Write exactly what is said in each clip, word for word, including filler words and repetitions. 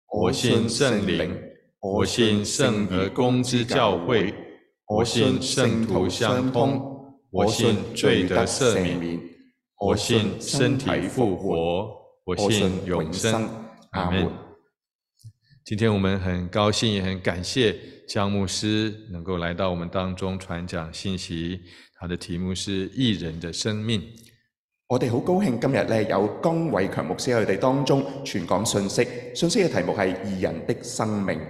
我信圣灵，我信圣而公之教会，我信圣徒相通，我信罪得赦免，我信身体复活，我信永生。阿们。今天我们很高兴也很感谢江牧师能够来到我们当中传讲信息，他的題目是義人的生命。 我哋好高興今日咧有江偉強牧師喺我哋當中傳講信息，信息嘅題目係義人的生命。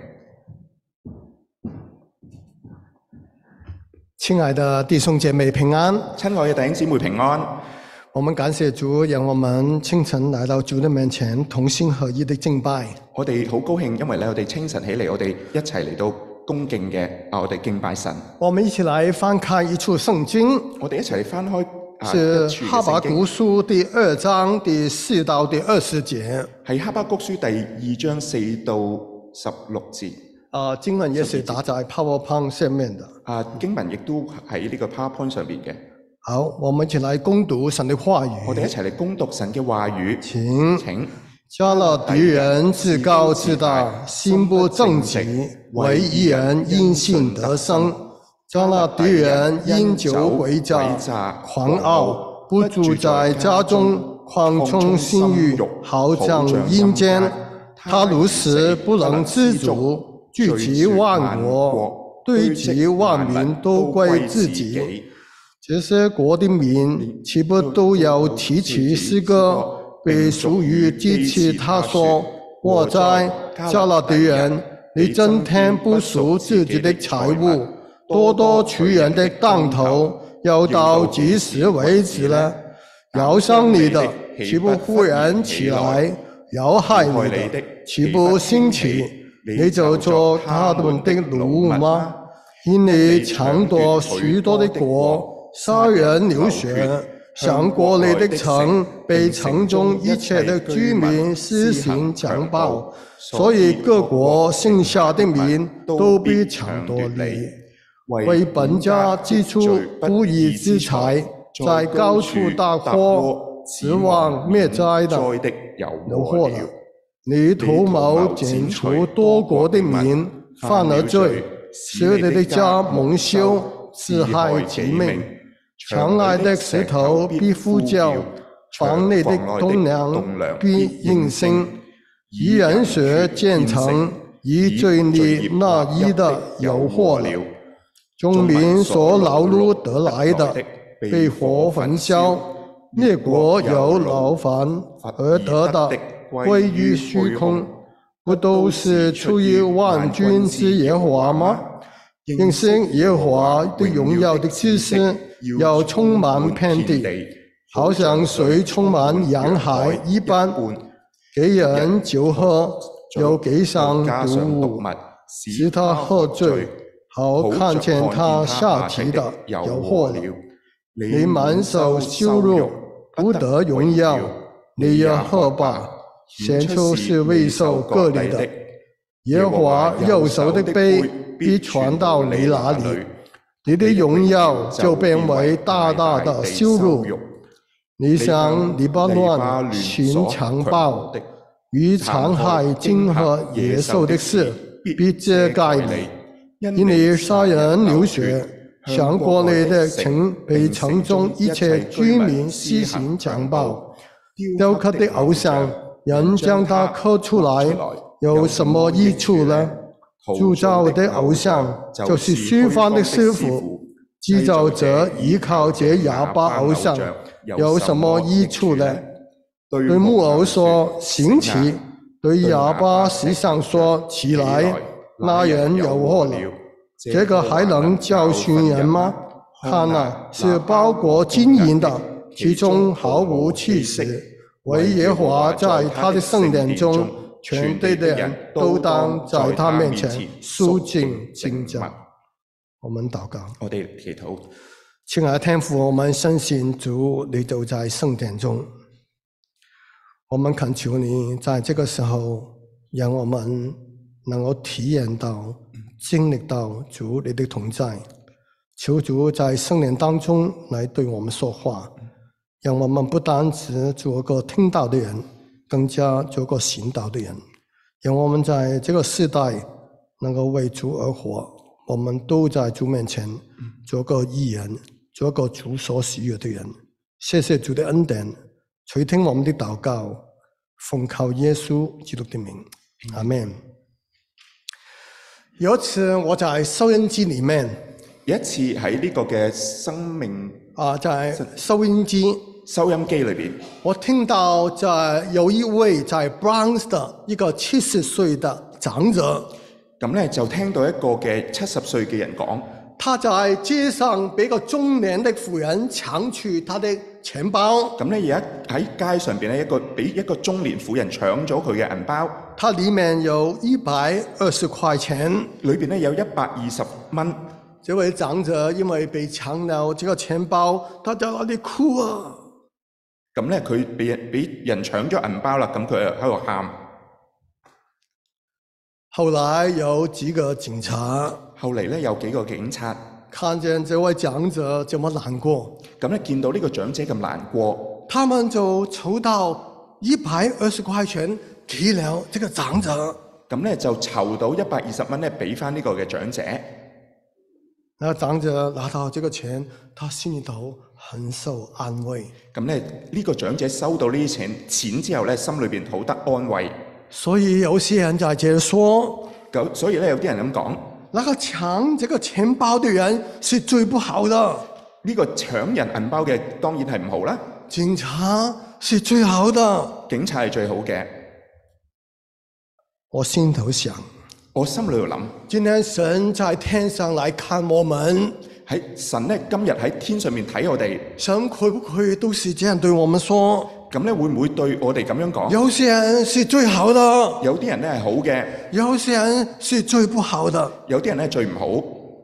親愛的弟兄姐妹平安， 親愛嘅弟兄姊妹平安。 我們感謝主，讓我們清晨來到主的面前，同心合一的敬拜。 我哋好高興，因為咧我哋清晨起嚟，我哋一齊嚟到恭敬嘅啊，我哋敬拜神。 我們一起來翻開一處聖經， 我哋一齊嚟翻開。 是哈巴谷書第二章第四到第二十節， 係哈巴谷書第二章四到十六節。 啊，經文也是打在 PowerPoint 上面的。 啊，經文亦都喺呢個 PowerPoint 上面嘅。 好，我們一起來攻讀神的話語。 我哋一齊嚟攻讀神嘅話語。 請。 請。 加勒底人自高自大，心不正直，惟義人因信得生。加勒底人因酒詭詐，狂傲，不住在家中，狂充性慾，好像陰間。他如此不能自主，聚集萬國，對己萬民都歸自己。這些國的民，豈不都要提起詩歌，被俗語激起他說：禍哉，加勒底人，你增添不屬自己的財物，多多取人的當頭，要到幾時為止呢？要傷你的，豈不忽然起來？要害你的，豈不興起？你就做他們的奴嗎？因你搶奪許多的國，殺人流血，向國內的城，被城中一切的居民施行強暴，所以各國剩下的民都必搶奪你。為本家支出不義之財，在高處大禍，指望滅災的有禍了。你圖謀剪除多國的民，犯了罪，使你的家蒙羞，自害己命。牆外的石頭必呼叫，房內的棟梁必應聲。義人所建成，以罪孽那義的有禍了。眾民所勞碌得來的，被火焚燒；列國有勞煩而得的，歸於虛空。不都是出於萬軍之耶和華嗎？認識耶和華的榮耀的知識，要充滿遍地，好像水充滿洋海一般。給人酒喝，又給上毒物，使他喝醉。好看見他下體的有禍了，你滿受羞辱，不得榮耀，你也喝吧，獻出是未受割禮的。耶和華右手的杯必傳到你那裡，你的榮耀就變為大大的羞辱。你向黎巴嫩行強暴，與殘害荊和野獸的事，必遮蓋你。因你殺人流血，向國內的城被城中一切居民施行強暴，雕刻的偶像，人將它刻出來，有什麼益處呢？鑄造的偶像就是虛幻的師傅，製造者依靠這啞巴偶像，有什麼益處呢？對木偶說行起，對啞巴石像說起來。那人有禍了，這個還能教訓人嗎？看啊，是包裹金銀的，其中毫無氣勢。惟耶和華在他的聖殿中，全地的人都當在他面前肅靜敬拜。我們禱告， 我哋祈禱。 親愛的天父，我們深信主，你就在聖殿中。我們懇求你，在這個時候，讓我們能夠體驗到、經歷到主你的同在，求主在聖靈當中來對我們說話，讓我們不單只做個聽到的人，更加做個行道的人。 让我们在这个世代能够为主而活，我们都在主面前做个义人，做个主所喜悦的人。谢谢主的恩典，垂听我们的祷告，奉靠耶稣基督的名，阿們。有一次我在收音機裏面， 有一次喺呢個嘅生命啊，在收音機收音機裏邊， 我聽到在有一位在 Bronx 的一個七十歲的長者， 咁咧就聽到一個嘅七十歲嘅人講， 他在街上俾個中年的婦人搶去他的錢包。 咁咧有一喺街上邊咧一個俾一個中年婦人搶咗佢嘅銀包， 它裡面有一百二十塊錢， 裏邊咧有一百二十蚊。 這位長者因為被搶了這個錢包，他在那裡哭啊。 咁咧佢俾人俾人搶咗銀包啦，咁佢就喺度喊。 後來有幾個警察， 後嚟咧有幾個警察看見這位長者這麼難過， 咁咧見到呢個長者咁難過， 他們就籌到一百二十塊錢給了這個長者。 咁咧就籌到一百二十蚊咧俾翻呢個嘅長者。 那長者拿到這個錢，他心裏頭很受安慰。 咁咧呢個長者收到呢啲錢錢之後咧，心裏邊好得安慰。 所以有些人在這說， 咁所以咧有啲人咁講， 那個搶這個錢包的人是最不好的。 呢個搶人銀包嘅當然係唔好啦。 警察是最好的， 警察係最好嘅。 我心頭想， 我心裏度諗， 今天神在天上來看我們， 喺神咧今日喺天上面睇我哋， 神會不會都是這樣對我們說？ 咁咧會唔會對我哋咁樣講？ 有些人是最好的， 有啲人咧係好嘅， 有些人是最不好的。 有啲人咧最唔好。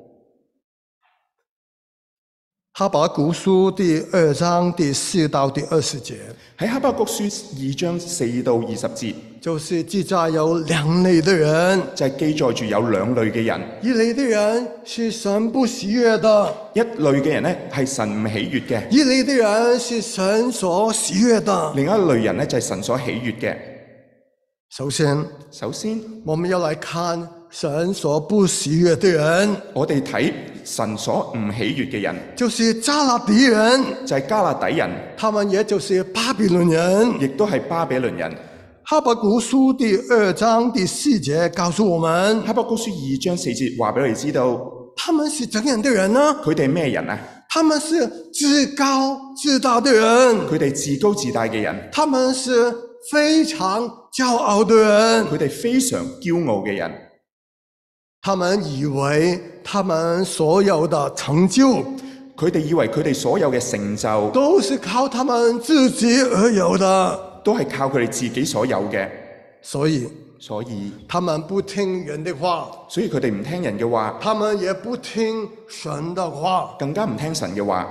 哈巴谷書第二章第四到第二十節， 喺哈巴谷書二章四到二十節， 就是記載有兩類的人， 就係記載住有兩類嘅人。 一類的人是神不喜悅的， 一類嘅人咧係神唔喜悅嘅； 一類的人是神所喜悅的。 另一類人咧就係神所喜悅嘅。 首先， 首先我們要來看神所不喜悅的人。 我哋睇神所唔喜悅嘅人， 就是迦勒底人， 就係迦勒底人， 他們也就是巴比倫人， 亦都係巴比倫人。 哈巴谷書第二章第四節告訴我們， 哈巴谷書二章四節話俾我哋知道， 他們是怎樣的人呢？ 佢哋係咩人啊？ 他們是自高自大的人， 佢哋自高自大嘅人， 他們是非常驕傲的人， 佢哋非常驕傲嘅人， 他們以為他們所有的成就， 佢哋以為佢哋所有嘅成就都是靠他們自己而有的， 都係靠佢哋自己所有嘅， 所以所以他們不聽人的話， 所以佢哋唔聽人嘅話， 他們也不聽神的話， 更加唔聽神嘅話。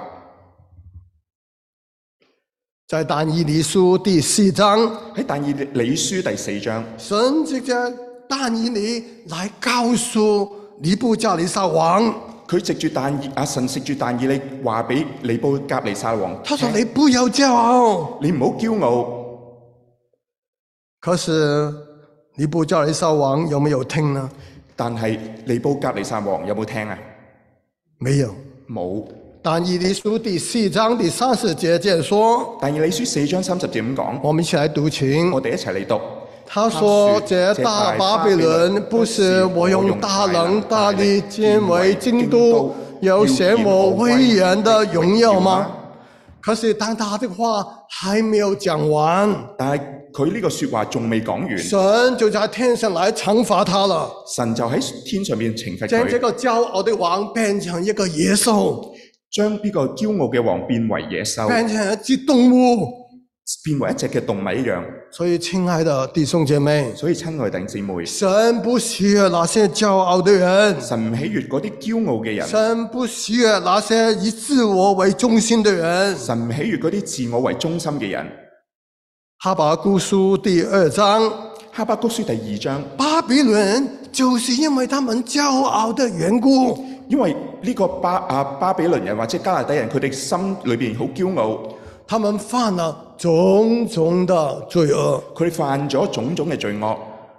在但以理書第四章， 喺但以理書第四章， 神直接但以理來告訴尼布甲尼撒王， 佢藉住但以阿神藉住但以理話俾尼布甲尼撒王， 他說你不要驕傲， 你唔好驕傲。 可是尼布甲尼撒王有沒有聽呢？ 但係尼布甲尼撒王有冇聽啊？ 沒有， 冇。 但以理書第四章第三十節這樣說， 但以理書四章三十節咁講， 我們一起來讀經， 我哋一齊嚟讀。 他說：這大巴比倫不是我用大能大力建為京都，有顯我威嚴的榮耀嗎？可是當他的話還沒有講完， 但係佢呢個說話仲未講完， 神就在天上來懲罰他了。 神就喺天上面懲罰佢， 將這個驕傲的王變成一個野獸， 將呢個驕傲嘅王變為野獸， 變成一隻動物， 變為一隻嘅動物一樣。 所以親愛的弟兄姐妹， 所以親愛的弟兄姊妹， 神不喜悅那些驕傲的人， 神唔喜悅嗰啲驕傲嘅人， 神不喜悅那些以自我為中心的人， 神唔喜悅嗰啲自我為中心嘅人。 哈巴谷書第二章， 哈巴谷書第二章， 巴比倫就是因為他們驕傲的緣故， 因為呢個巴啊巴比倫人或者迦勒底人，佢哋心裏邊好驕傲， 他們犯了種種的罪惡。 佢哋犯咗種種嘅罪惡。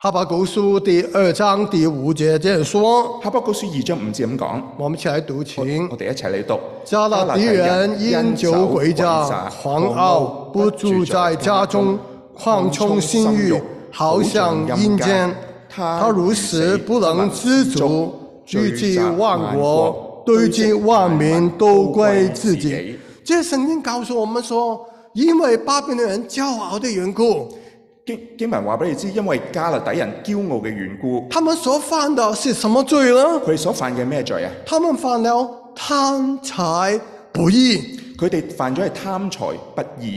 哈巴谷書第二章第五節這樣說。 哈巴谷書二章五節咁講。 我們一起來讀，請。 我哋一齊嚟讀。 迦勒底人因酒詭詐，狂傲，不住在家中，狂充性慾，好像陰間。他如此不能知足，聚集萬國，對盡萬民都歸自己。這聖經告訴我們說，因為巴比倫人驕傲的緣故。 經經文話俾你知，因為迦勒底人驕傲嘅緣故， 他們所犯的是什麼罪呢？ 佢哋所犯嘅咩罪啊？ 他們犯了貪財不義。 佢哋犯咗係貪財不義，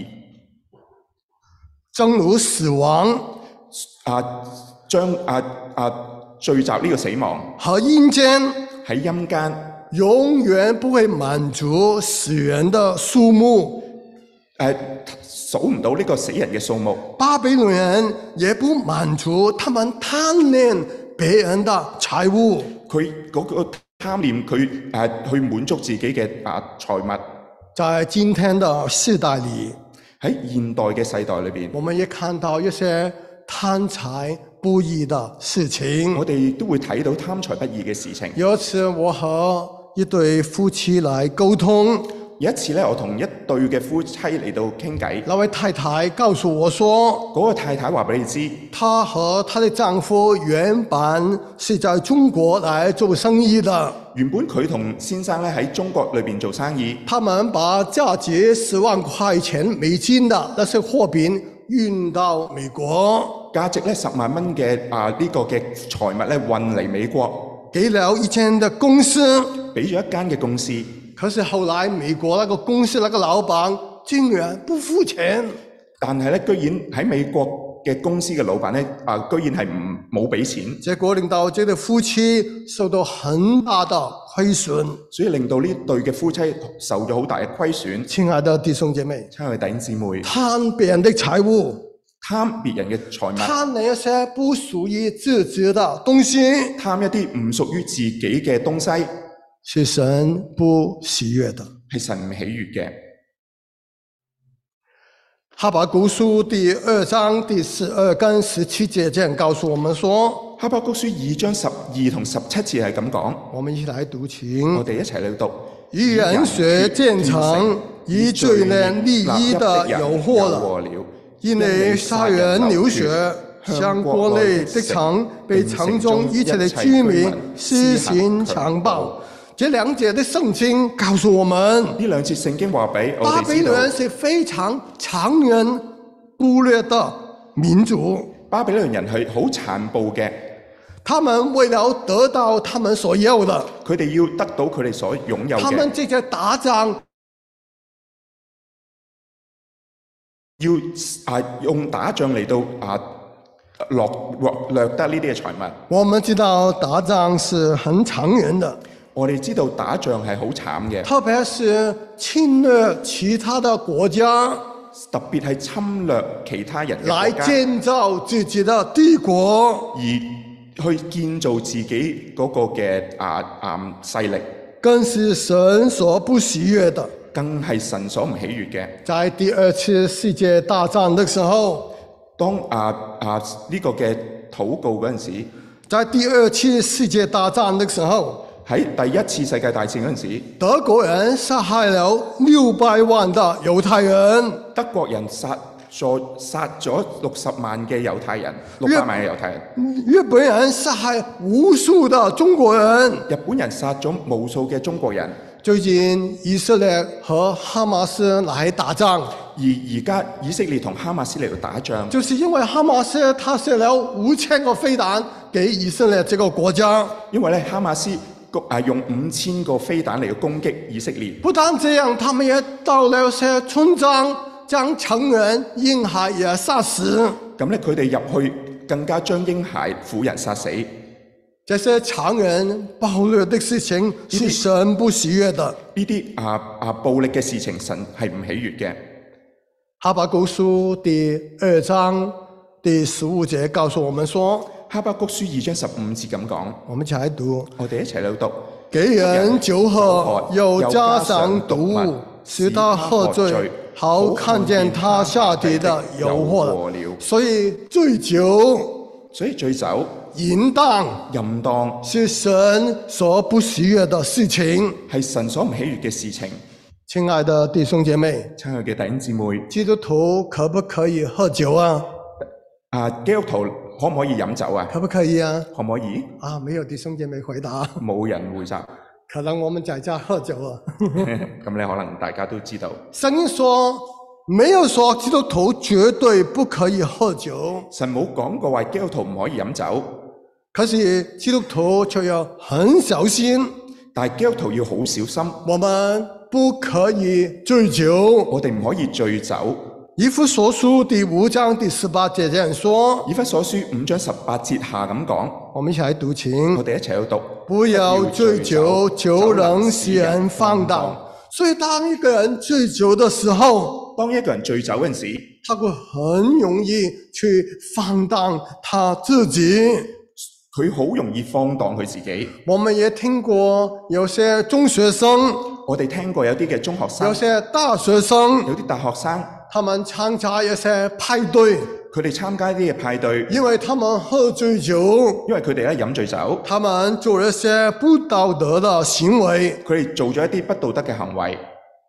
正如死亡啊，將啊啊聚集呢個死亡和陰間， 喺陰間永遠不會滿足死人的數目。 誒、啊。數唔到呢個死人嘅數目， 巴比倫人也不滿足他們貪戀別人的財物。 佢嗰個貪念，佢誒、啊、去滿足自己嘅啊財物。 在今天的世代裏， 喺現代嘅世代裏邊， 我們也看到一些貪財不義的事情。 我哋都會睇到貪財不義嘅事情。 有一次我和一對夫妻來溝通。 有一次咧，我同一對嘅夫妻嚟到傾偈。 那位太太告訴我說， 嗰個太太話俾你知， 她和她的丈夫原本是在中國來做生意的。 原本佢同先生咧喺中國裏邊做生意。 他們把價值十萬塊錢美金的那些貨品運到美國， 價值咧十萬蚊嘅啊呢個嘅財物咧運嚟美國， 給了一間的公司， 俾咗一間嘅公司。 可是後來美國那個公司那個老闆竟然不付錢， 但係咧居然喺美國嘅公司嘅老闆咧啊，居然係唔冇俾錢， 結果令到這對夫妻受到很大的虧損， 所以令到呢對嘅夫妻受咗好大嘅虧損。親愛的弟兄姐妹， 親愛的弟兄姊妹， 貪別人的財物， 貪別人嘅財物， 貪那些不屬於自己的東西， 貪一啲唔屬於自己嘅東西， 是神不喜悅的， 係神唔喜悅嘅。 哈巴谷書第二章第十二跟十七節這樣告訴我們說， 哈巴谷書二章十二同十七節係咁講。 我們一起來讀，請。 我哋一齊嚟讀。 以人血建成，以罪孽立意的有禍了。因為殺人流血，向國內的城被城中一切的居民施行強暴。這兩節的聖經告訴我們， 呢兩節聖經話俾我哋知道， 巴比倫人是非常殘忍暴虐的民族。 巴比倫人係好殘暴嘅， 他們為了得到他們所要的， 佢哋要得到佢哋所擁有嘅， 他們直接打仗， 要啊用打仗嚟到啊落掠得呢啲嘅財物。 我們知道打仗是很殘忍的。 我哋知道打仗係好慘嘅， 特別是侵略其他的國家， 特別係侵略其他人嘅國家， 來建造自己的帝國， 而去建造自己嗰個嘅啊啊勢力， 更是神所不喜悅的， 更係神所唔喜悅嘅。 在第二次世界大戰的時候， 當啊啊呢個嘅禱告嗰陣時， 在第二次世界大戰的時候。 喺第一次世界大戰嗰陣時， 德國人殺害了六百萬的猶太人。 德國人殺咗殺咗六十萬嘅猶太人，六百萬嘅猶太人。 日本人殺害無數的中國人。 日本人殺咗無數嘅中國人。 最近以色列和哈馬斯來打仗， 而而家以色列同哈馬斯嚟到打仗， 就是因為哈馬斯他射了五千個飛彈給以色列這個國家。 因為咧哈馬斯。啊！用五千個飛彈嚟到攻擊以色列。 不但這樣，他們也到了些村莊，將成人嬰孩也殺死。 咁咧，佢哋入去更加將嬰孩、婦人殺死。 這些殘忍暴虐的事情是神不喜悅的。 呢啲啊啊暴力嘅事情，神係唔喜悅嘅。 哈巴谷書第二章第十五節告訴我們說。 哈巴谷書二章十五節咁講， 我們一齊讀， 我哋一齊嚟讀。 給人酒喝，又加上毒物，使他喝醉，好看見他下地的有禍了。所以醉酒所以醉酒、 淫蕩淫蕩是神所不喜悦的事情。 係神所唔喜悅嘅事情。 親愛的弟兄姐妹， 親愛嘅弟兄姊妹， 基督徒可不可以喝酒啊？ 啊，基督徒可唔可以飲酒啊？ 可不可以啊？ 可唔可以？ 啊，沒有弟兄姐妹回答。 冇人回答。 可能我們在家喝酒啊。 咁你可能大家都知道。 聖經說，沒有說基督徒絕對不可以喝酒。 神冇講過話基督徒唔可以飲酒， 可是基督徒卻要很小心。 但係基督徒要好小心， 我們不可以醉酒。 我哋唔可以醉酒。 以弗所書第五章第十八節這樣說。 以弗所書五章十八節下咁講。 我們一起來讀經。 我哋一齊去讀。 不要醉酒，酒能使人放蕩。所以當一個人醉酒的時候， 當一個人醉酒嗰陣時， 他會很容易去放蕩他自己。 佢好容易放蕩佢自己。 我們也聽過有些中學生， 我哋聽過有啲嘅中學生， 有些大學生， 有啲大學生， 他們參加一些派對， 佢哋參加啲嘅派對， 因為他們喝醉酒， 因為佢哋咧飲醉酒， 他們做了一些不道德的行為， 佢哋做咗一啲不道德嘅行為。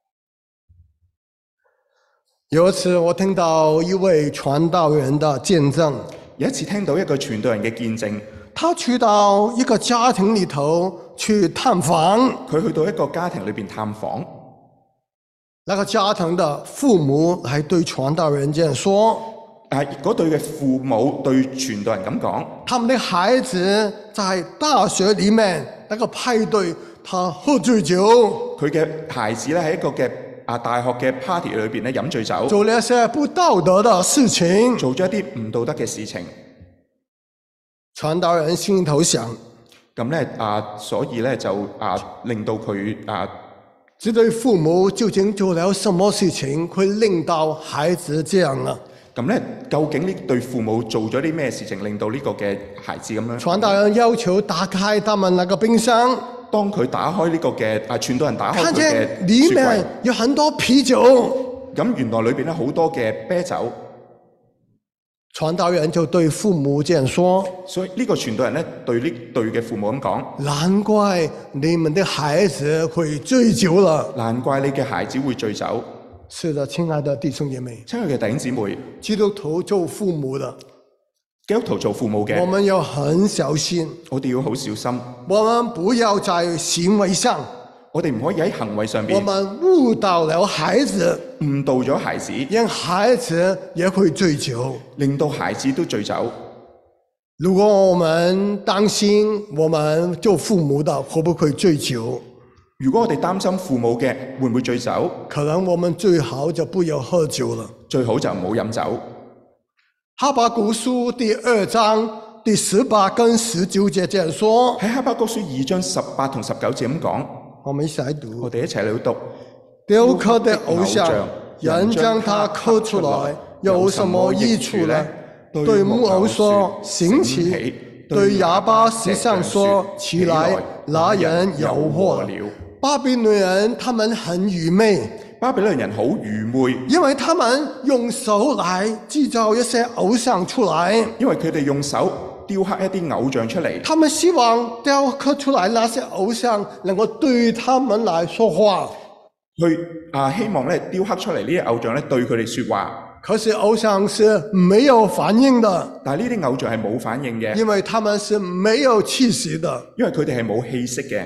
有一次我聽到一位傳道人的見證， 有一次聽到一個傳道人嘅見證， 他去到一個家庭裏頭去探訪， 佢去到一個家庭裏邊探訪， 那個家庭的父母來對傳道人這樣說： 誒，嗰對嘅父母對傳道人咁講， 他們的孩子在大學裏面那個派對，他喝醉酒， 佢嘅孩子咧喺一個嘅啊大學嘅 party 裏邊咧飲醉酒， 做了一些不道德的事情， 做咗一啲唔道德嘅事情。 傳道人心裏頭想， 咁咧啊，所以咧就啊令到佢啊， 這對父母究竟做了什麼事情，會令到孩子這樣呢？ 咁咧，究竟呢對父母做咗啲咩事情，令到呢個嘅孩子咁樣？ 傳道人要求打開他們那個冰箱， 當佢打開呢個嘅啊，傳道人打開佢嘅看見裡面有很多啤酒， 咁原來裏邊咧好多嘅啤酒。 傳道人就對父母這樣說， 所以呢個傳道人咧對呢對嘅父母咁講： 難怪你們的孩子會醉酒了， 難怪你嘅孩子會醉酒。 是的，親愛的弟兄姐妹， 親愛嘅弟兄姊妹， 基督徒做父母的， 基督徒做父母嘅， 我們要很小心， 我哋要好小心， 我們不要在行為上， 我哋唔可以喺行為上邊， 我們誤導了孩子， 誤導咗孩子， 讓孩子也會醉酒， 令到孩子都醉酒。 如果我們擔心我們做父母的會不會醉酒， 如果我哋擔心父母嘅會唔會醉酒， 可能我們最好就不要喝酒了， 最好就唔好飲酒。 哈巴谷書第二章第十八跟十九節這樣說， 喺哈巴谷書二章十八同十九節咁講， 我們一起來讀， 我哋一齊嚟讀。 雕刻的偶像，人將它刻出來，有什麼益處呢？對木偶說行起，對啞巴石像說起來，那人有禍了。巴比倫人他們很愚昧， 巴比倫人好愚昧， 因為他們用手來製造一些偶像出來， 因為佢哋用手雕刻一啲偶像出嚟， 他們希望雕刻出來那些偶像能夠對他們來說話， 去啊希望咧雕刻出嚟呢啲偶像咧對佢哋說話。 可是偶像是沒有反應的， 但係呢啲偶像係冇反應嘅， 因為他們是沒有氣息的， 因為佢哋係冇氣息嘅。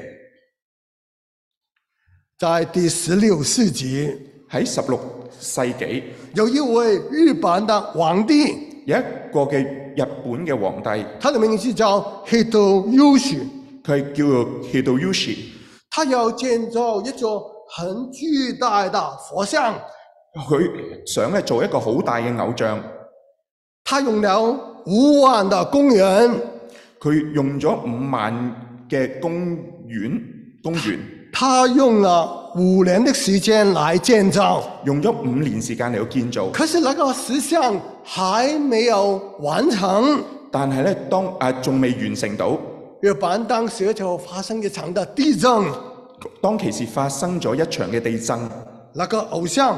在第十六世紀， 喺十六世紀， 有一位日本的皇帝， 有一個嘅日本嘅皇帝， 他的名字叫 Hideyoshi， 佢係叫做 Hideyoshi， 他要建造一座很巨大的佛像， 佢想咧做一個好大嘅偶像， 他用了五萬的公元， 佢用咗五萬嘅公元公元。 他用了五年的時間來建造， 用咗五年時間嚟到建造。 可是那個石像還沒有完成。 但係咧，當啊仲未完成到， 日本當時就發生一場的地震。 當其時發生咗一場嘅地震， 那個偶像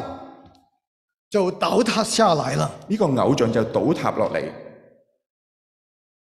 就倒塌下來了。 呢個偶像就倒塌落嚟。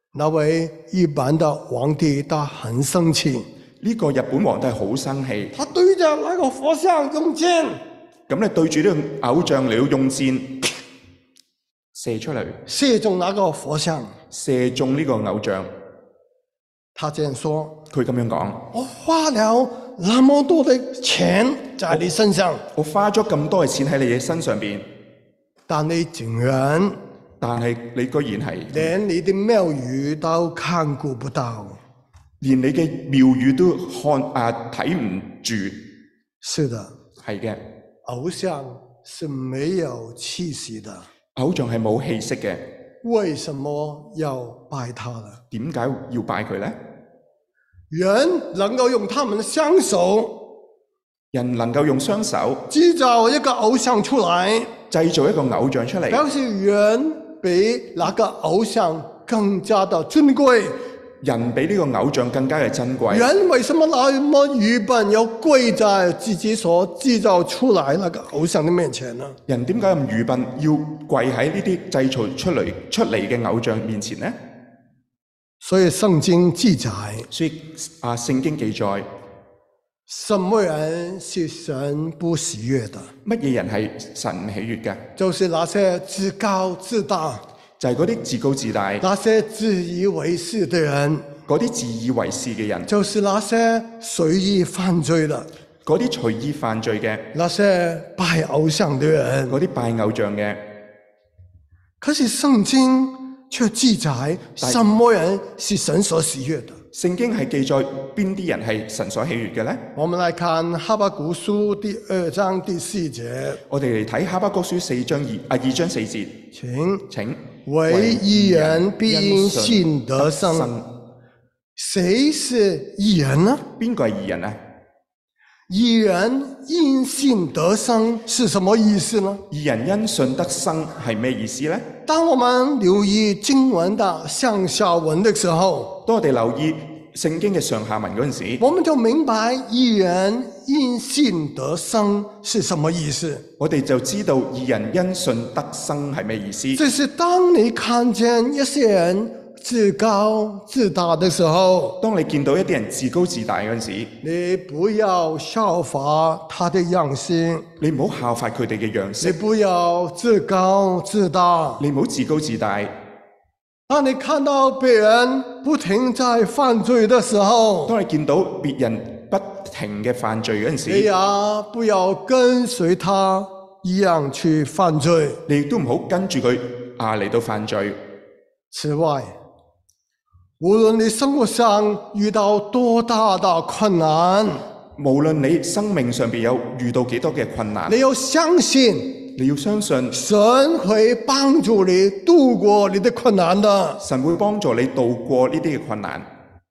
那位日本的皇帝他很生氣， 呢個日本皇帝好生氣， 他對着那個佛像用箭， 咁你對住呢個偶像，你要用箭射出嚟， 射中那個佛像， 射中呢個偶像。 他這樣說， 佢咁樣講： 我花了那麼多的錢在你身上， 我花咗咁多嘅錢喺你嘅身上邊， 但你竟然但係你居然係連你的廟宇都看顧不到， 連你嘅廟宇都看啊睇唔住。 是的， 係嘅， 偶像是沒有氣息的， 偶像係冇氣息嘅， 為什麼要拜他呢？ 點解要拜佢呢？ 人能夠用他們的雙手， 人能夠用雙手製造一個偶像出來， 製造一個偶像出嚟， 表示人比那個偶像更加的尊貴。 人比呢個偶像更加嘅珍貴。 人為什麼那麼愚笨，要跪在自己所製造出來那個偶像的面前呢？ 人點解咁愚笨，要跪喺呢啲製造出嚟出嚟嘅偶像面前呢？ 所以聖經記載， 所以啊，聖經記載， 什麼人是神不喜悅的？ 乜嘢人係神唔喜悅嘅？ 就是那些自高自大， 就係嗰啲自高自大， 那些自以為是的人， 嗰啲自以為是嘅人， 就是那些隨意犯罪的， 嗰啲隨意犯罪嘅， 那些拜偶像的人， 嗰啲拜偶像嘅。 可是聖經卻記載什麼人是神所喜悅的？ 聖經係記載邊啲人係神所喜悅嘅呢？ 我們來看哈巴谷書第二章第四節。 我哋嚟睇哈巴谷書四章二啊二章四節。 請請為義人必因信得生。誰是義人呢？ 邊個係義人啊？ 義人因信得生是什麼意思呢？ 義人因信得生係咩意思呢？ 當我們留意經文的上下文的時候， 當我哋留意聖經嘅上下文嗰陣時， 我們就明白義人因信得生是什麼意思。 我哋就知道義人因信得生係咩意思。 就是當你看見一些人自高自大的時候， 當你見到一啲人自高自大嗰陣時， 你不要效法他的樣式， 你唔好效法佢哋嘅樣式， 你不要自高自大， 你唔好自高自大。 當你看到別人不停在犯罪的時候， 當你見到別人不停嘅犯罪嗰陣時， 你也不要跟隨他一樣去犯罪， 你亦都唔好跟住佢啊嚟到犯罪。 此外，無論你生活上遇到多大的困難， 無論你生命上邊有遇到幾多嘅困難， 你要相信， 你要相信神會幫助你度過你的困難的。 神會幫助你度過呢啲嘅困難。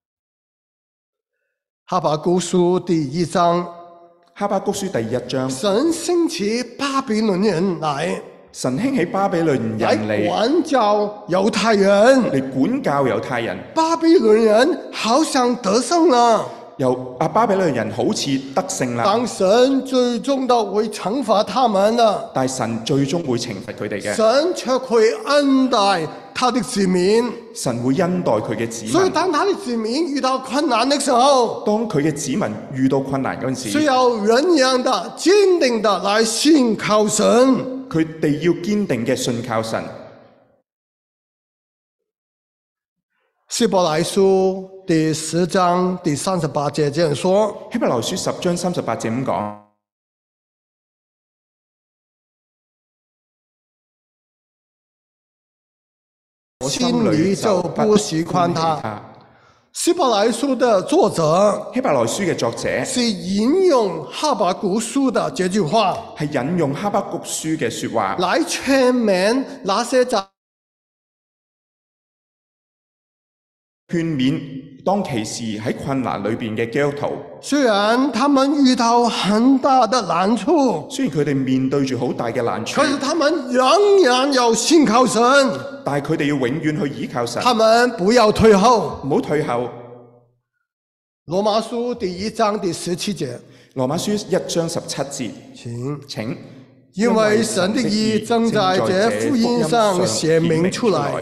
哈巴谷書第一章， 哈巴谷書第一章， 神興起巴比倫人來， 神興起巴比倫人嚟管教猶太人， 嚟管教猶太人。 巴比倫人好像得勝了， 由阿巴比倫人好似得勝啦。 當神最終都會懲罰他們的， 但係神最終會懲罰佢哋嘅。 神卻會恩待他的子民， 神會恩待佢嘅子民。 所以當他的子民遇到困難的時候， 當佢嘅子民遇到困難嗰陣時， 需要忍讓的、堅定的來信靠神。 佢哋要堅定嘅信靠神。 希伯來書第十章第三十八節這樣說： 希伯來書十章三十八節咁講，我心裏就不喜歡他。希伯來書的作者， 希伯來書嘅作者是引用哈巴谷書的這句話， 係引用哈巴谷書嘅說話， 來勸勉那些在勸勉當其時喺困難裏邊嘅基督徒。 雖然他們遇到很大的難處， 雖然佢哋面對住好大嘅難處， 可是他們仍然要信靠神， 但係佢哋要永遠去依靠神。 他們不要退後， 唔好退後。 羅馬書第一章第十七節， 羅馬書一章十七節， 請請， 因為神的義正在這福音上顯明出來，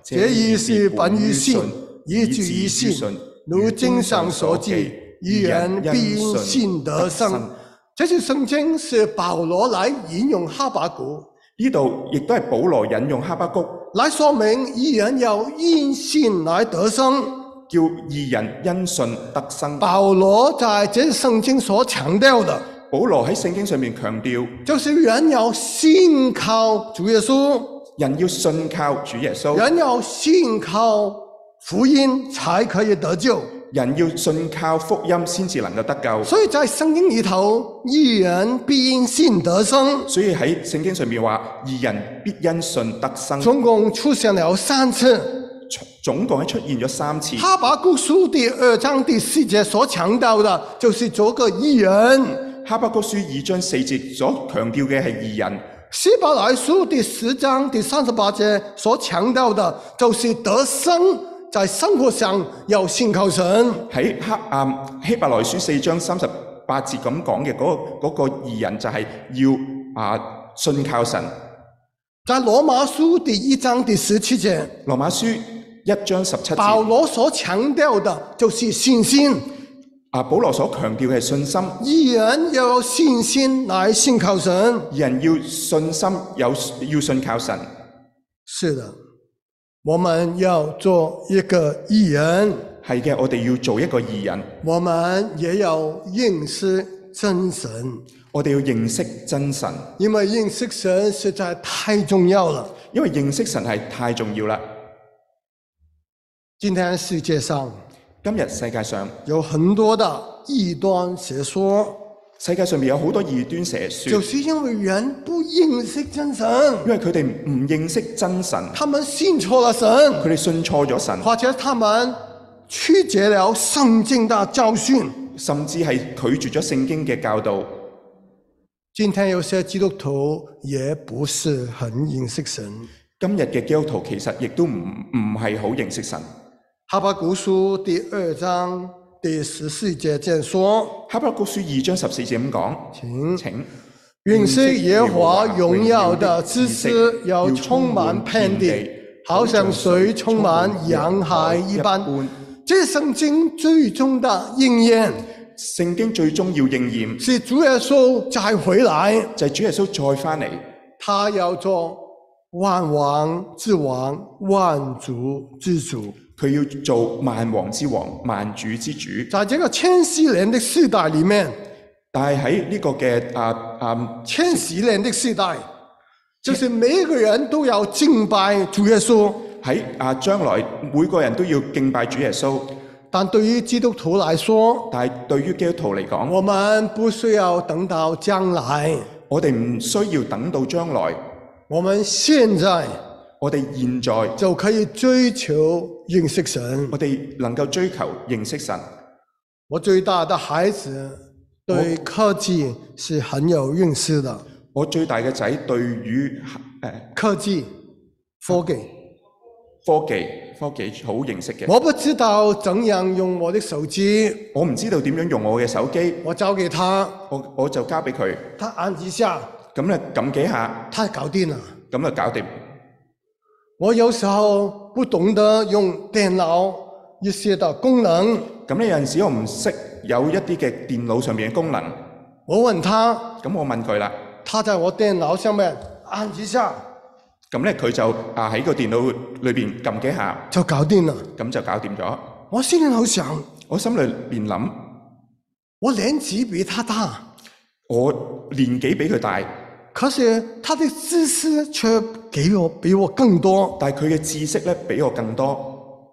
這義是本於信，以至於信。如經上所記，義人必因信得生。這些聖經是保羅來引用哈巴谷， 呢度亦都係保羅引用哈巴谷來說明義人要因信來得生， 叫義人因信得生。 保羅在這聖經所強調的， 保羅喺聖經上面強調， 就是人要信靠主耶穌， 人要信靠主耶穌， 人要信靠福音才可以得救。 人要信靠福音先至能夠得救， 所以在聖經裏頭，義人必因信得生。 所以喺聖經上面話，義人必因信得生。 總共出現了三次， 總共係出現咗三次。 哈巴谷書第二章第四節所強調的，就是做個義人。 哈巴谷書二章四節所強調嘅係義人。 希伯來書第十章第三十八節所強調的，就是得生。在生活上要信靠神。 喺黑暗希伯來書四章三十八節咁講嘅嗰個嗰個義人就係要啊信靠神。 在羅馬書第一章第十七節， 羅馬書一章十七節， 保羅所強調的就是信心。 啊，保羅所強調嘅係信心。 義人要有信心來信靠神。 義人要信心有要信靠神。 是的。我們要做一個義人， 係嘅，我哋要做一個義人。 我們也要認識真神， 我哋要認識真神， 因為認識神實在太重要了。 因為認識神係太重要啦。 今天世界上， 今日世界上有很多的異端邪說。 世界上面有好多異端邪說， 就是因為人不認識真神， 因為佢哋唔認識真神， 他們信錯了神， 佢哋信錯咗神， 或者他們曲解了聖經的教訓， 甚至係拒絕咗聖經嘅教導。 今天有些基督徒也不是很認識神， 今日嘅基督徒其實亦都唔唔係好認識神。 哈巴谷書第二章第十四節這樣說， 哈巴谷書二章十四節咁講， 請請認識耶和華榮耀的知識要充滿遍地，好像水充滿洋海一般。這是聖經最終的應驗， 聖經最終要應驗， 是主耶穌再回來， 就係主耶穌再返嚟， 他要做萬王之王，萬主之主。 佢要做萬王之王、萬主之主。 在這個千禧年的世代裏面， 但係喺呢個嘅啊啊千禧年的世代，就是每一個人都要敬拜主耶穌。 喺啊將來每個人都要敬拜主耶穌。 但對於基督徒來說， 但係對於基督徒嚟講， 我們不需要等到將來， 我哋唔需要等到將來， 我們現在。 我哋現在就可以追求認識神。 我哋能夠追求認識神。 我最大的孩子對科技是很有認識的。 我最大嘅仔對於誒科技、科技、 科技、科技好認識嘅。 我不知道怎樣用我的手機。 我唔知道點樣用我嘅手機。 我交給他， 我我就交俾佢。 他按幾下， 咁咧撳幾下， 他搞掂啦。 咁就搞掂。 我有時候不懂得用電腦一些的功能， 咁呢有陣時我唔識有一啲嘅電腦上面嘅功能， 我問他， 咁我問佢啦， 他在我電腦上面按幾下， 咁咧佢就啊喺個電腦裏邊撳幾下就搞掂啦， 咁就搞掂咗。 我心裏好想， 我心裏邊諗， 我年紀比他大， 我年紀比佢大。 可是他的知識卻給我比我更多， 但係佢嘅知識咧比我更多。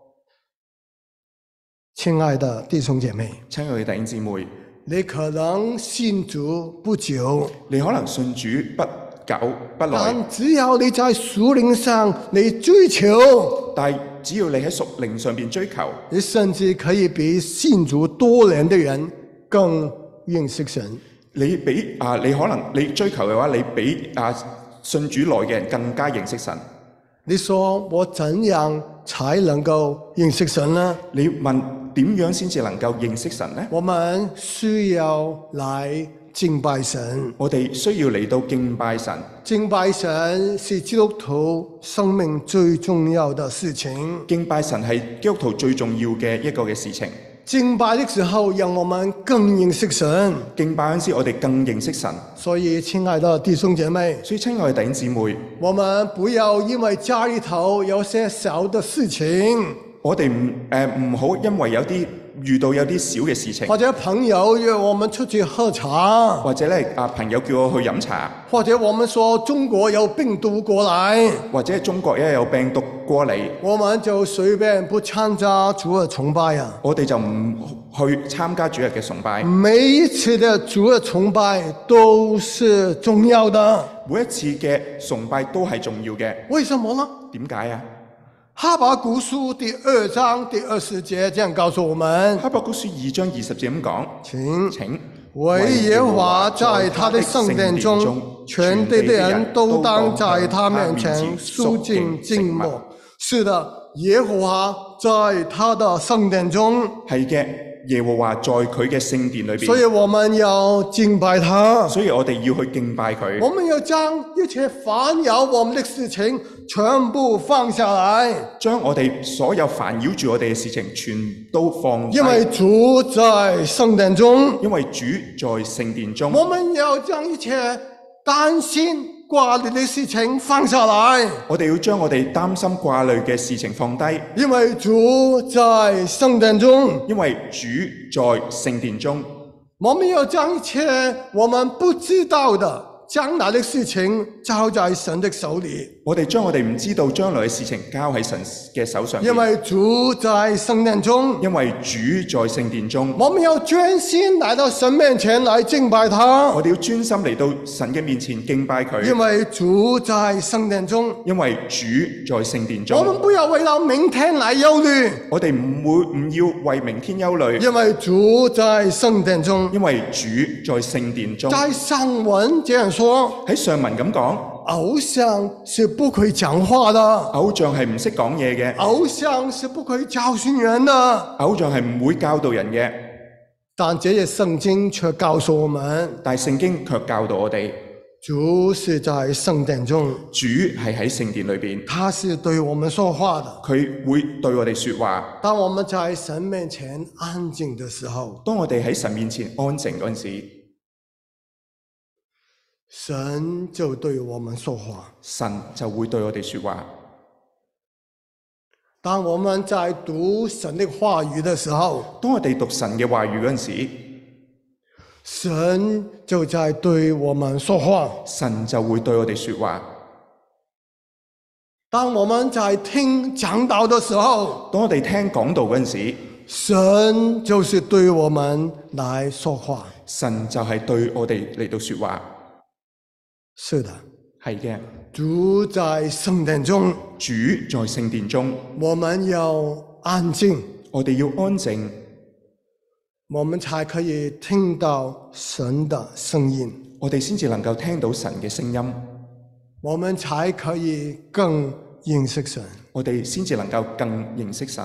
親愛的弟兄姐妹， 親愛嘅弟兄姊妹， 你可能信主不久， 你可能信主不久不耐， 但只要你在屬靈上你追求， 但係只要你喺屬靈上邊追求， 你甚至可以比信主多年的人更認識神。 你比啊，你可能你追求嘅話，你比啊信主耐嘅人更加認識神。 你說我怎樣才能夠認識神呢？ 你問點樣先至能夠認識神呢？ 我們需要來敬拜神。 我哋需要嚟到敬拜神。 敬拜神是基督徒生命最重要的事情。 敬拜神係基督徒最重要嘅一個嘅事情。 敬拜的時候，讓我們更認識神。 敬拜嗰陣時，我哋更認識神。 所以，親愛的弟兄姐妹， 所以親愛嘅弟兄姊妹， 我們不要因為家裏頭有些小的事情， 我哋唔誒唔好因為有啲遇到有啲小嘅事情， 或者朋友約我們出去喝茶， 或者咧啊朋友叫我去飲茶， 或者我們說中國有病毒過來， 或者中國一有病毒過嚟， 我們就隨便不參加主日崇拜啊！ 我哋就唔去參加主日嘅崇拜。 每一次的主日崇拜都是重要的， 每一次嘅崇拜都係重要嘅。 為什麼呢？ 點解啊？ 哈巴谷書第二章第二十節這樣告訴我們。 哈巴谷書二章二十節咁講， 請請惟耶和華在他的聖殿中，全地的人都當在他面前肅靜靜默。是的，耶和華在他的聖殿中。 係嘅，耶和華在佢嘅聖殿裏邊。 所以我們要敬拜他。 所以我哋要去敬拜佢。 我們要將一切煩擾我們的事情全部放下來， 將我哋所有煩擾住我哋嘅事情全都放低。 因為主在聖殿中， 因為主在聖殿中。 我們要將一切擔心掛慮的事情放下來， 我哋要將我哋擔心掛慮嘅事情放低。 因為主在聖殿中， 因為主在聖殿中。 我們要將一切我們不知道的將來的事情交在神的手裏。 我哋將我哋唔知道將來嘅事情交喺神嘅手上。 因為主在聖殿中， 因為主在聖殿中。 我們要專心來到神面前來敬拜他。 我哋要專心嚟到神嘅面前敬拜佢。 因為主在聖殿中。 因為主在聖殿中。 我們不要為了明天來憂慮。我哋唔會唔要為明天憂慮。 因為主在聖殿中。 因為主在聖殿中。 在上文這樣說， 喺上文咁講， 偶像是不可以講話的， 偶像係唔識講嘢嘅， 偶像是不可以教訓人的， 偶像係唔會教導人嘅。 但這些聖經卻告訴我們， 但係聖經卻教導我哋， 主是在聖殿中， 主係喺聖殿裏邊， 他是對我們說話的， 佢會對我哋說話。 當我們在神面前安靜的時候， 當我哋喺神面前安靜嗰陣時， 神就對我們說話， 神就會對我哋說話。 當我們在讀神的話語的時候， 當我哋讀神嘅話語嗰陣時， 神就在對我們說話， 神就會對我哋說話。 當我們在聽講道的時候， 當我哋聽講道嗰陣時， 神就是對我們來說話， 神就係對我哋嚟到說話。 是的， 係嘅。 主在聖殿中， 主在聖殿中， 我們要安靜， 我哋要安靜， 我們才可以聽到神的聲音， 我哋先至能夠聽到神嘅聲音， 我們才可以更認識神， 我哋先至能夠更認識神。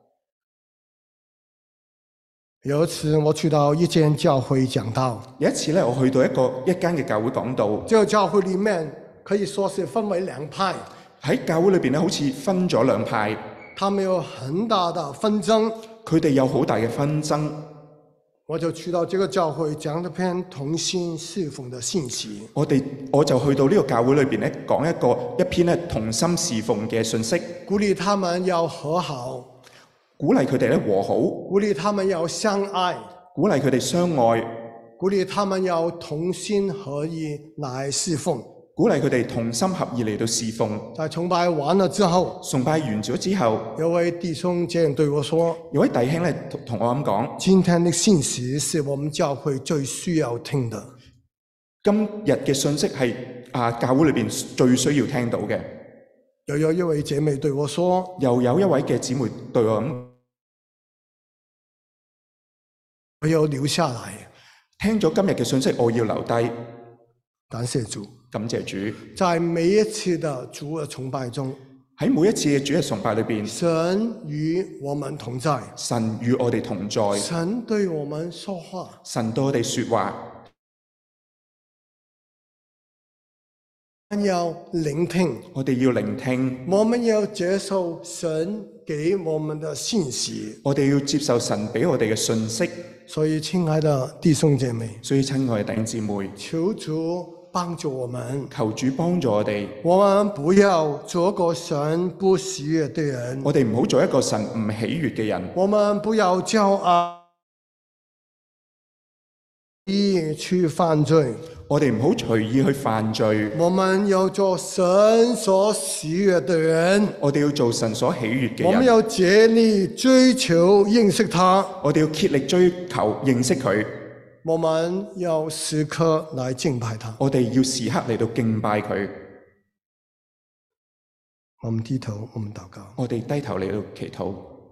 有一次我去到一間教會講道， 有一次咧，我去到一個一間嘅教會講道， 這個教會裏面可以說是分為兩派， 喺教會裏邊咧，好似分咗兩派， 他們有很大的紛爭， 佢哋有好大嘅紛爭。 我就去到這個教會講一篇同心侍奉的信息， 我哋我就去到呢個教會裏邊咧，講一個一篇咧同心侍奉嘅信息， 鼓勵他們要和好， 鼓勵佢哋咧和好， 鼓勵他們要相愛， 鼓勵佢哋相愛， 鼓勵他們要同心合意來侍奉， 鼓勵佢哋同心合意嚟到侍奉。 在崇拜完了之後， 崇拜完咗之後， 有位弟兄這樣對我說， 有位弟兄咧同同我咁講， 今天的信息是我們教會最需要聽的。 今日嘅信息係啊教會裏邊最需要聽到嘅。 又有一位姐妹對我說， 又有一位嘅姊妹對我咁， 我要留下來。 聽咗今日嘅信息，我要留低。 感謝主， 感謝主。 在每一次的主日崇拜中， 喺每一次嘅主日崇拜裏邊， 神與我們同在， 神與我哋同在， 神對我們說話， 神對我哋說話。 我们要聆听， 我哋要聆聽， 我們要接受神給我們的信息。 我哋要接受神俾我哋嘅信息。 所以，親愛的弟兄姐妹， 所以親愛嘅弟兄姊妹， 求主幫助我們， 求主幫助我哋。 我們不要做個神不喜悅的人， 我哋唔好做一個神唔喜悅嘅人。 我們不要驕傲去犯罪， 我哋唔好隨意去犯罪。 我們要做神所喜悅的人， 我哋要做神所喜悅嘅人。 我們要竭力追求認識他， 我哋要竭力追求認識佢。 我們要時刻來敬拜他。 我哋要時刻嚟到敬拜佢。 我們低頭，我們禱告。 我哋低頭嚟到祈禱。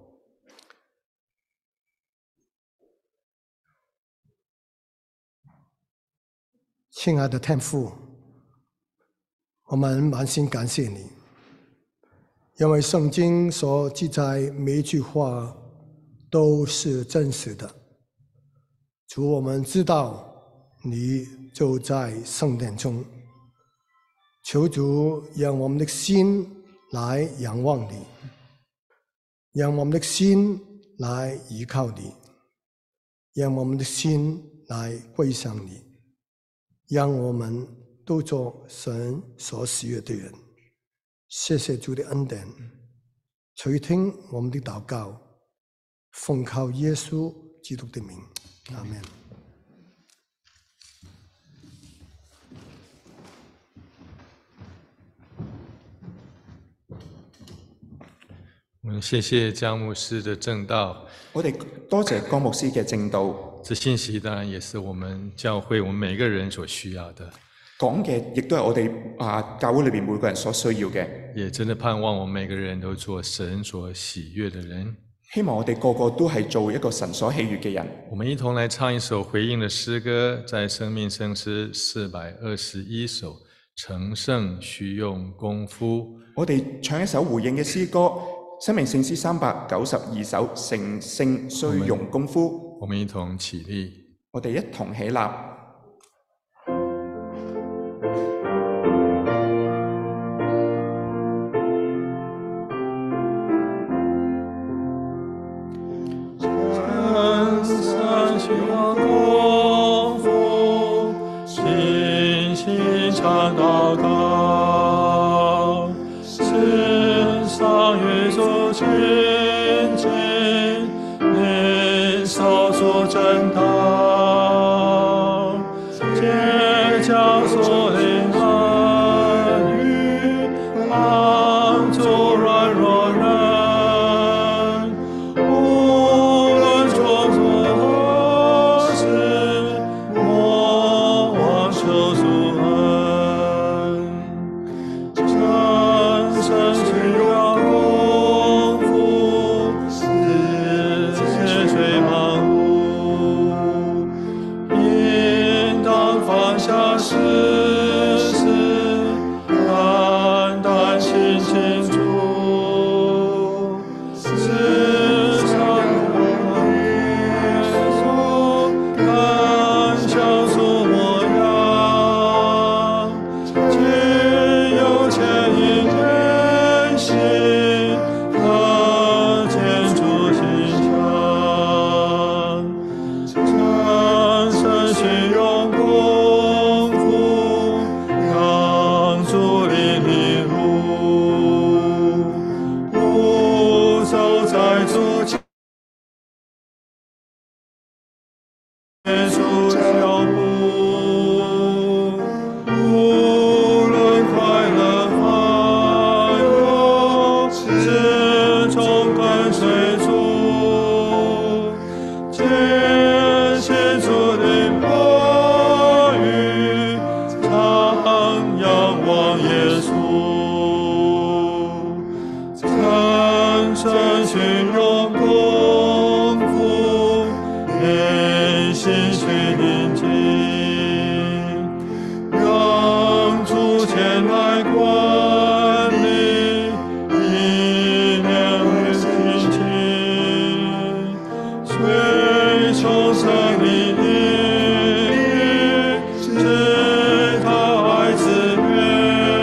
親愛的天父，我們滿心感謝你，因為聖經所記載每一句話都是真實的。主，我們知道你就在聖殿中，求主讓我們的心來仰望你，讓我們的心來依靠你，讓我們的心來歸向你。讓我們都做神所喜悅的人。謝謝主的恩典，垂聽我們的禱告，奉靠耶穌基督的名，阿們。 我們謝謝江牧師的證道。 我哋多謝江牧師嘅證道。 這信息當然也是我們教會我們每個人所需要的。 講嘅亦都係我哋啊教會裏邊每個人所需要嘅。 也真的盼望我們每個人都做神所喜悅的人。 希望我哋個個都係做一個神所喜悅嘅人。 我們一同來唱一首回應的詩歌，在生命聖詩四百二十一首，成聖需用功夫。 我哋唱一首回應嘅詩歌，生命聖詩三百九十二首，成聖需用功夫。 我們一同起立， 我哋一同起立。 成聖需用功夫，信心常禱告，世上與主親近，少做正道，結交所領恩與幫助軟弱人，無論做錯何事，莫忘求主恩，成聖需用功夫，世界最忙碌，應當放下世事，單單親近主，時常為耶穌更像主模樣，藉由牽引人心，可見主形象，成聖需用功夫，讓主領你路，路走在主前，耶穌腳步，無論快樂煩憂，始終跟隨主，堅信主的話語，常仰望耶穌，成聖需用功夫，內心去寧靜，讓主前來管理，一念為平靜，隨從聖靈引領，直到愛子願，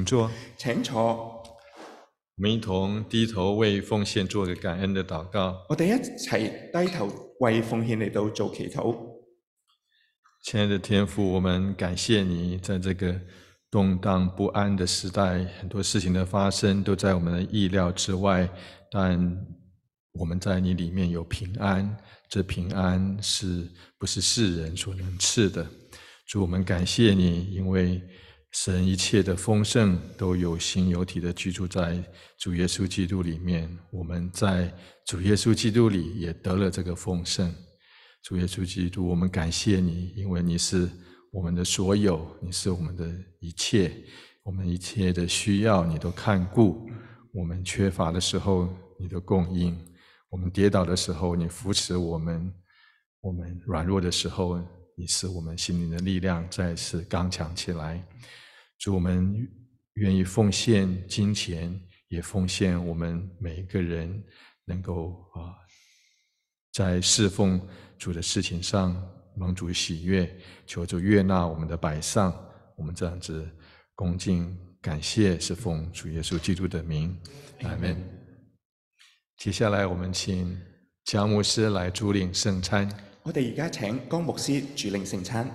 坐。 請坐。 我们一同低头为奉献做个感恩的祷告。 我哋一齊低頭為奉獻嚟到做祈禱。 亲爱的天父，我们感谢你，在这个动荡不安的时代，很多事情的发生都在我们的意料之外，但我们在你里面有平安，这平安是不是世人所能赐的？主，我们感谢你，因为神一切的丰盛都有形有体的居住在主耶稣基督里面，我们在主耶稣基督里也得了这个丰盛。主耶稣基督，我们感谢你，因为你是我们的所有，你是我们的一切，我们一切的需要你都看顾，我们缺乏的时候你都供应，我们跌倒的时候你扶持我们，我们软弱的时候你使我们心灵的力量再次刚强起来。主，我们愿意奉献金钱，也奉献我们每一个人能够啊，在侍奉主的事情上蒙主喜悦，求主悦纳我们的摆上，我们这样子恭敬感谢，是奉主耶稣基督的名，阿们。接下来我们请江牧师来主领聖餐。 我哋而家請江牧師主領聖餐。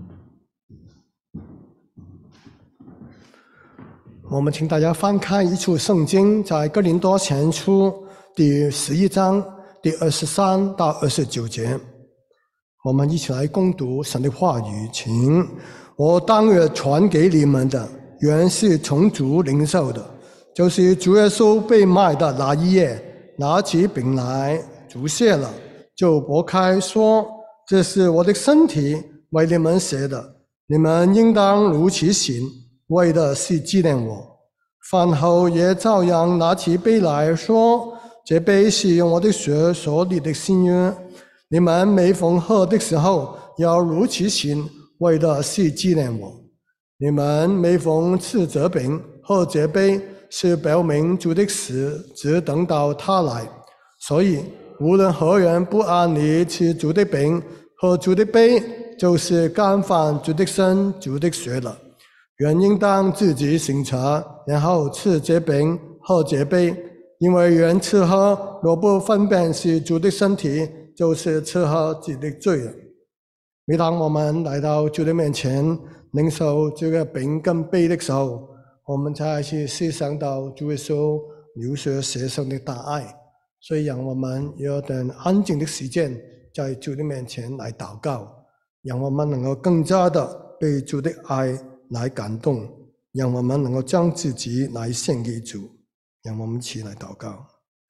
我们请大家翻开一处圣经，在哥林多前书第十一章第二十三到二十九节，我们一起来攻读神的话语。请我当日传给你们的，原是从主领受的，就是主耶稣被卖的那一夜，拿起饼来，祝谢了，就擘开说：“这是我的身体，为你们写的，你们应当如此行，为的是纪念我。”饭后也照样拿起杯来说：“这杯是用我的血所立的新约，你们每逢喝的时候，要如此行，为的是纪念我。你们每逢吃这饼、喝这杯，是表明主的死，直等到他来。所以，无论何人不按理吃主的饼、喝主的杯，就是干犯主的身、主的血了。人应当自己省察，然后吃这饼、喝这杯，因为人吃喝若不分辨是主的身体，就是吃喝自己的罪了。”每当我们来到主的面前领受这个饼跟杯的时候，我们才去思想到主耶稣流血牺牲的大爱，所以让我们有点安静的时间在主的面前来祷告，让我们能够更加的被主的爱来感动，让我们能够将自己来献给主。让我们一起来祷告。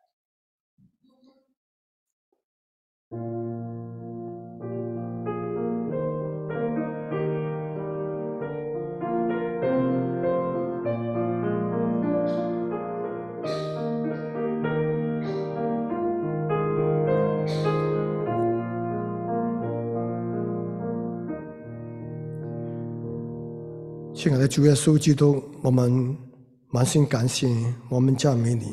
亲爱的主耶稣基督，我们满心感谢，我们赞美你，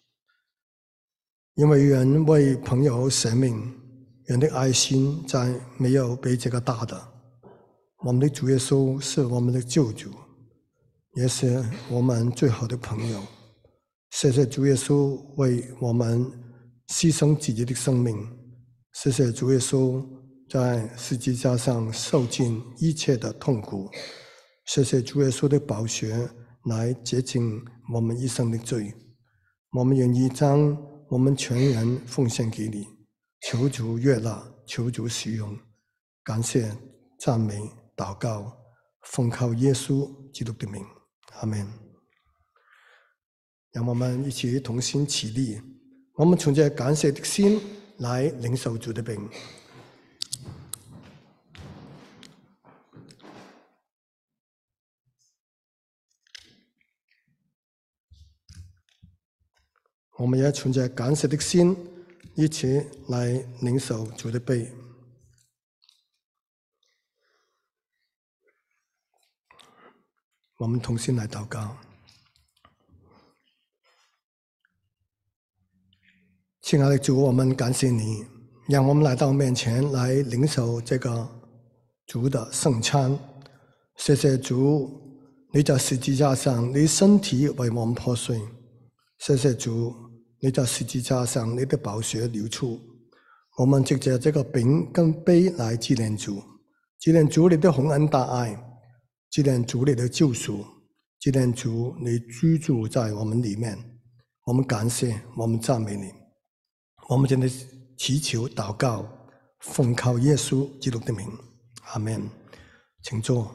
因为人为朋友舍命，人的爱心在没有比这个大的。我们的主耶稣是我们的救主，也是我们最好的朋友。谢谢主耶稣为我们牺牲自己的生命，谢谢主耶稣在十字架上受尽一切的痛苦，谢谢主耶稣的宝血来洁净我们一生的罪。我们愿意将我们全人奉献给你，求主悦纳，求主使用。感谢、赞美、祷告，奉靠耶稣基督的名，阿们。让我们一起同心起立，我们存着感谢的心来领受主的饼。我们也存着感谢的心，一起来领受主的杯。我们同心来祷告。亲爱的主，我们感谢你，让我们来到面前来领受这个主的圣餐。谢谢主， 你在十字架上，你身體為我們破碎。謝謝主，你在十字架上，你的寶血流出。我們藉着這個餅跟杯來紀念主，紀念主你的宏恩大愛，紀念主你的救贖，紀念主你居住在我們裏面。我們感謝，我們讚美你。我們真的祈求禱告，奉靠耶穌基督的名，阿們。請坐。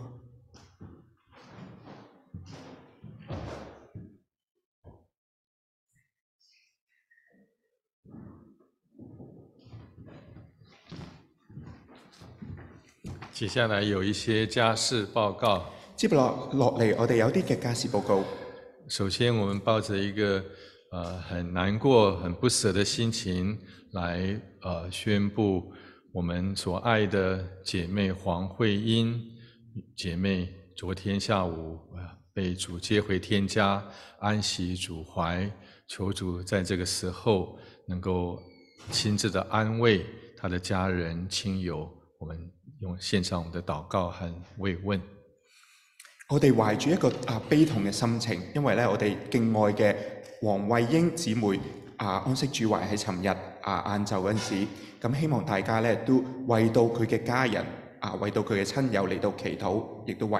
接下來有一些家事報告。 接落落嚟，我哋有啲嘅家事報告。 首先，我們抱着一個呃很難過、很不捨的心情來呃宣布，我們所愛的姐妹黃慧英姐妹，昨天下午被主接回天家，安息主懷，求主在這個時候能夠親自的安慰她的家人親友，我們用獻上我們的禱告和慰問。 我哋懷住一個啊悲痛嘅心情，因為咧我哋敬愛嘅黃慧英姊妹啊安息主懷喺尋日啊晏晝嗰陣時，咁希望大家咧都為到佢嘅家人啊，為到佢嘅親友嚟到祈禱，亦都為